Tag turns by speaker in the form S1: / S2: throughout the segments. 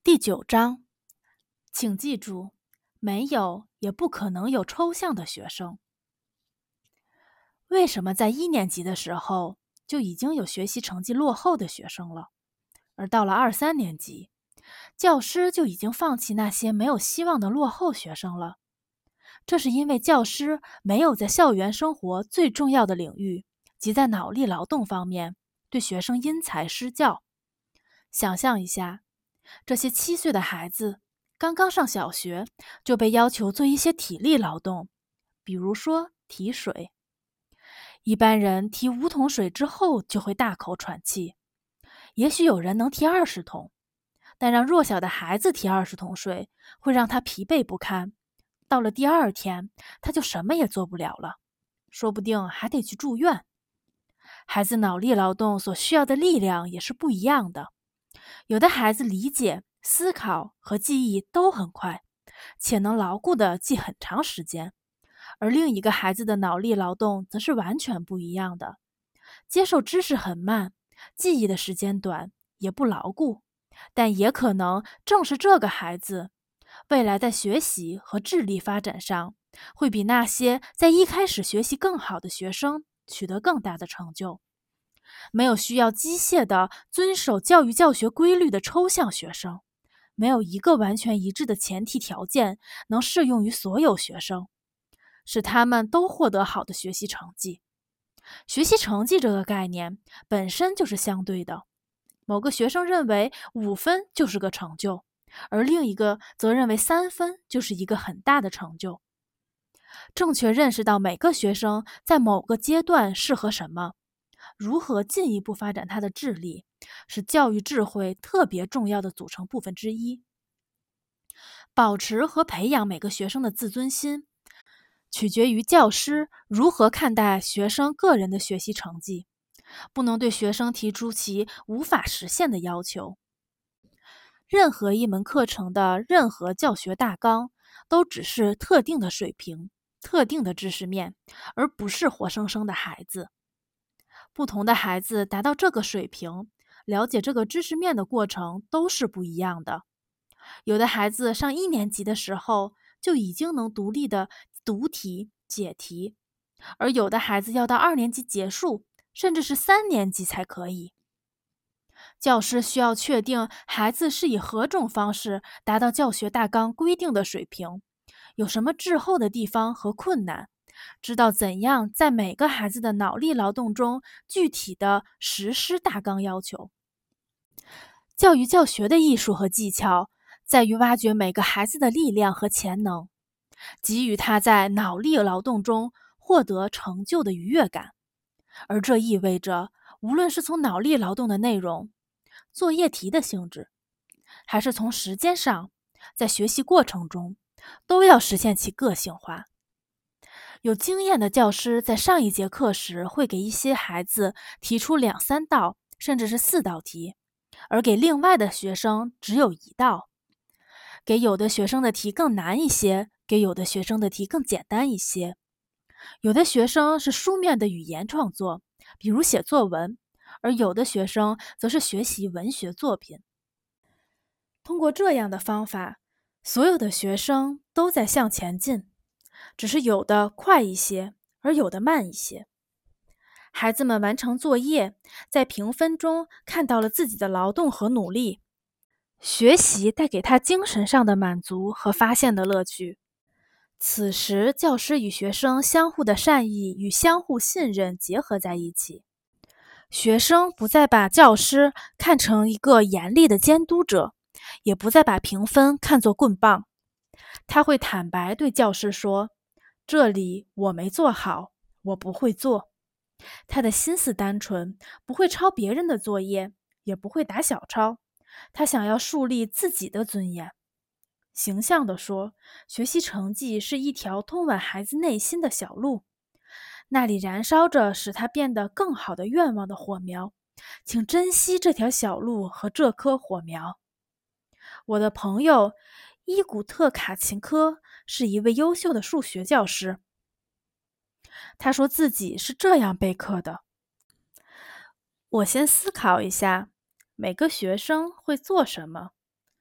S1: 第9章，请记住，没有也不可能有抽象的学生。为什么在1年级的时候就已经有学习成绩落后的学生了，而到了2、3年级，教师就已经放弃那些没有希望的落后学生了？这是因为教师没有在校园生活最重要的领域，即在脑力劳动方面，对学生因材施教。想象一下，这些7岁的孩子刚刚上小学，就被要求做一些体力劳动，比如说提水。一般人提5桶水之后就会大口喘气，也许有人能提20桶，但让弱小的孩子提20桶水，会让他疲惫不堪。到了第2天，他就什么也做不了了，说不定还得去住院。孩子脑力劳动所需要的力量也是不一样的，有的孩子理解、思考和记忆都很快，且能牢固地记很长时间，而另一个孩子的脑力劳动则是完全不一样的，接受知识很慢，记忆的时间短，也不牢固，但也可能正是这个孩子，未来在学习和智力发展上，会比那些在一开始学习更好的学生取得更大的成就。没有需要机械地遵守教育教学规律的抽象学生，没有一个完全一致的前提条件能适用于所有学生，使他们都获得好的学习成绩。学习成绩这个概念本身就是相对的，某个学生认为5分就是个成就，而另一个则认为3分就是一个很大的成就。正确认识到每个学生在某个阶段适合什么，如何进一步发展他的智力，是教育智慧特别重要的组成部分之一。保持和培养每个学生的自尊心，取决于教师如何看待学生个人的学习成绩，不能对学生提出其无法实现的要求。任何一门课程的任何教学大纲，都只是特定的水平、特定的知识面，而不是活生生的孩子。不同的孩子达到这个水平，了解这个知识面的过程都是不一样的。有的孩子上1年级的时候，就已经能独立的读题、解题，而有的孩子要到2年级结束，甚至是3年级才可以。教师需要确定孩子是以何种方式达到教学大纲规定的水平，有什么滞后的地方和困难，知道怎样在每个孩子的脑力劳动中具体的实施大纲要求。教育教学的艺术和技巧，在于挖掘每个孩子的力量和潜能，给予他在脑力劳动中获得成就的愉悦感。而这意味着，无论是从脑力劳动的内容、作业题的性质，还是从时间上，在学习过程中，都要实现其个性化。有经验的教师在上一节课时，会给一些孩子提出2、3道，甚至是4道题，而给另外的学生只有1道。给有的学生的题更难一些，给有的学生的题更简单一些。有的学生是书面的语言创作，比如写作文，而有的学生则是学习文学作品。通过这样的方法，所有的学生都在向前进，只是有的快一些，而有的慢一些。孩子们完成作业，在评分中看到了自己的劳动和努力。学习带给他精神上的满足和发现的乐趣。此时，教师与学生相互的善意与相互信任结合在一起。学生不再把教师看成一个严厉的监督者，也不再把评分看作棍棒。他会坦白对教师说：“这里我没做好，我不会做。”他的心思单纯，不会抄别人的作业，也不会打小抄。他想要树立自己的尊严。形象地说，学习成绩是一条通往孩子内心的小路，那里燃烧着使他变得更好的愿望的火苗。请珍惜这条小路和这颗火苗。我的朋友伊古特·卡琴科是一位优秀的数学教师。他说自己是这样备课的：我先思考一下，每个学生会做什么，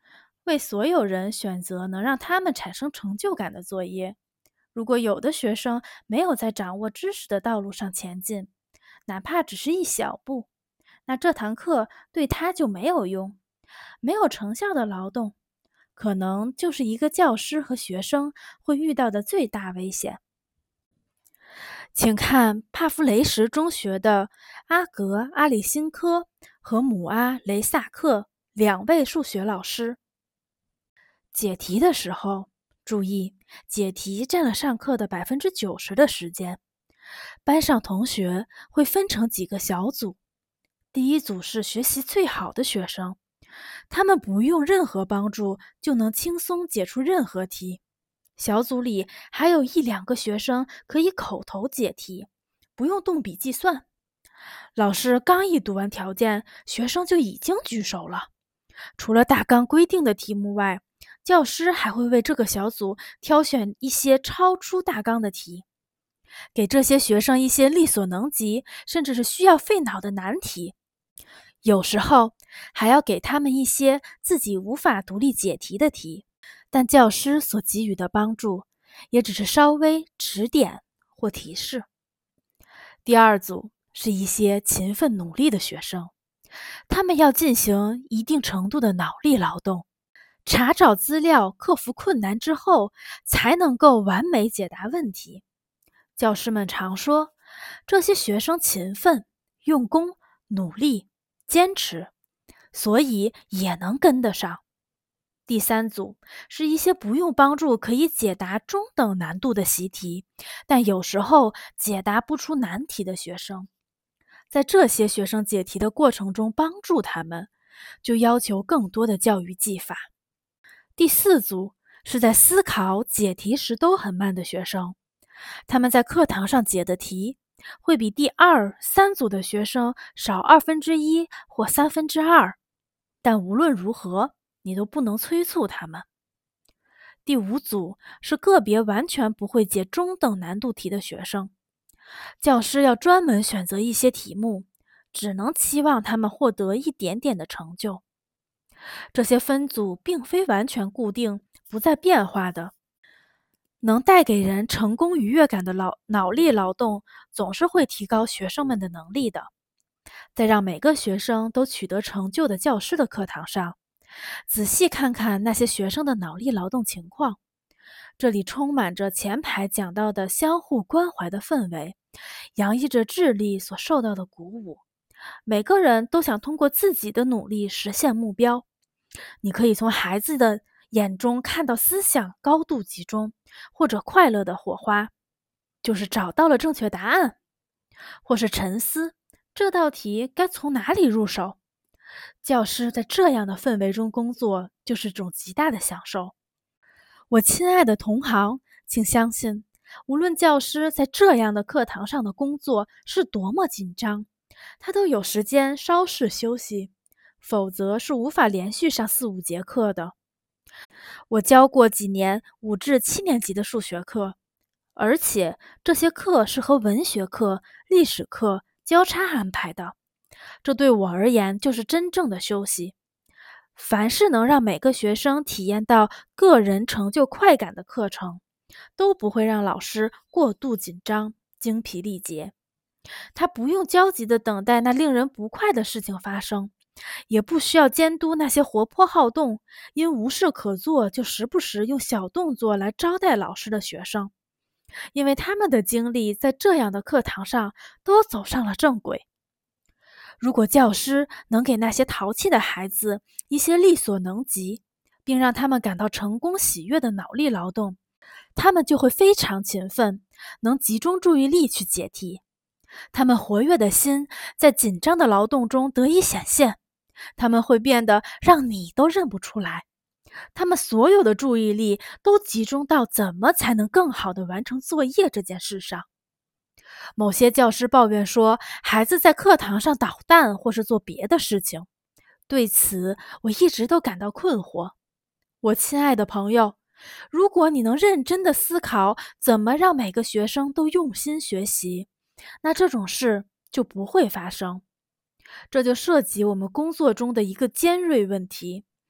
S1: 为所有人选择能让他们产生成就感的作业。如果有的学生没有在掌握知识的道路上前进，哪怕只是一小步，那这堂课对他就没有用。没有成效的劳动，可能就是一个教师和学生会遇到的最大危险。请看帕夫雷什中学的阿格阿里辛科和姆阿雷萨克2位数学老师。解题的时候，注意，解题占了上课的90%的时间。班上同学会分成几个小组，第一组是学习最好的学生，他们不用任何帮助就能轻松解出任何题。小组里还有1-2个学生可以口头解题，不用动笔计算。老师刚一读完条件，学生就已经举手了。除了大纲规定的题目外，教师还会为这个小组挑选一些超出大纲的题，给这些学生一些力所能及，甚至是需要费脑的难题。有时候还要给他们一些自己无法独立解题的题，但教师所给予的帮助也只是稍微指点或提示。第二组是一些勤奋努力的学生，他们要进行一定程度的脑力劳动，查找资料，克服困难之后，才能够完美解答问题。教师们常说，这些学生勤奋、用功、努力、坚持，所以也能跟得上。第三组是一些不用帮助可以解答中等难度的习题，但有时候解答不出难题的学生。在这些学生解题的过程中帮助他们，就要求更多的教育技法。第四组是在思考、解题时都很慢的学生，他们在课堂上解的题会比第2、3组的学生少1/2或2/3，但无论如何，你都不能催促他们。第5组是个别完全不会解中等难度题的学生，教师要专门选择一些题目，只能期望他们获得一点点的成就。这些分组并非完全固定、不再变化的，能带给人成功愉悦感的脑力劳动总是会提高学生们的能力的。在让每个学生都取得成就的教师的课堂上，仔细看看那些学生的脑力劳动情况，这里充满着前排讲到的相互关怀的氛围，洋溢着智力所受到的鼓舞。每个人都想通过自己的努力实现目标。你可以从孩子的眼中看到思想高度集中，或者快乐的火花，就是找到了正确答案，或是沉思这道题该从哪里入手。教师在这样的氛围中工作，就是种极大的享受。我亲爱的同行，请相信，无论教师在这样的课堂上的工作是多么紧张，他都有时间稍事休息，否则是无法连续上4、5节课的。我教过几年5至7年级的数学课，而且这些课是和文学课、历史课交叉安排的，这对我而言就是真正的休息。凡是能让每个学生体验到个人成就快感的课程，都不会让老师过度紧张、精疲力竭。他不用焦急地等待那令人不快的事情发生，也不需要监督那些活泼好动、因无事可做就时不时用小动作来招待老师的学生，因为他们的精力在这样的课堂上都走上了正轨。如果教师能给那些淘气的孩子一些力所能及，并让他们感到成功喜悦的脑力劳动，他们就会非常勤奋，能集中注意力去解题。他们活跃的心在紧张的劳动中得以显现，他们会变得让你都认不出来。他们所有的注意力都集中到怎么才能更好地完成作业这件事上。某些教师抱怨说，孩子在课堂上捣蛋或是做别的事情。对此，我一直都感到困惑。我亲爱的朋友，如果你能认真地思考怎么让每个学生都用心学习，那这种事就不会发生。这就涉及我们工作中的一个尖锐问题，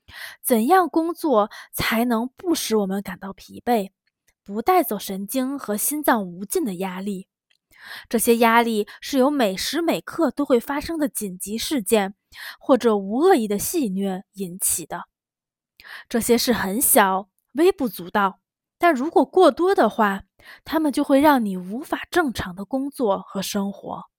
S1: 怎样工作才能不使我们感到疲惫，不带走神经和心脏无尽的压力？这些压力是由每时每刻都会发生的紧急事件，或者无恶意的戏谑引起的。这些事很小，微不足道，但如果过多的话，它们就会让你无法正常的工作和生活。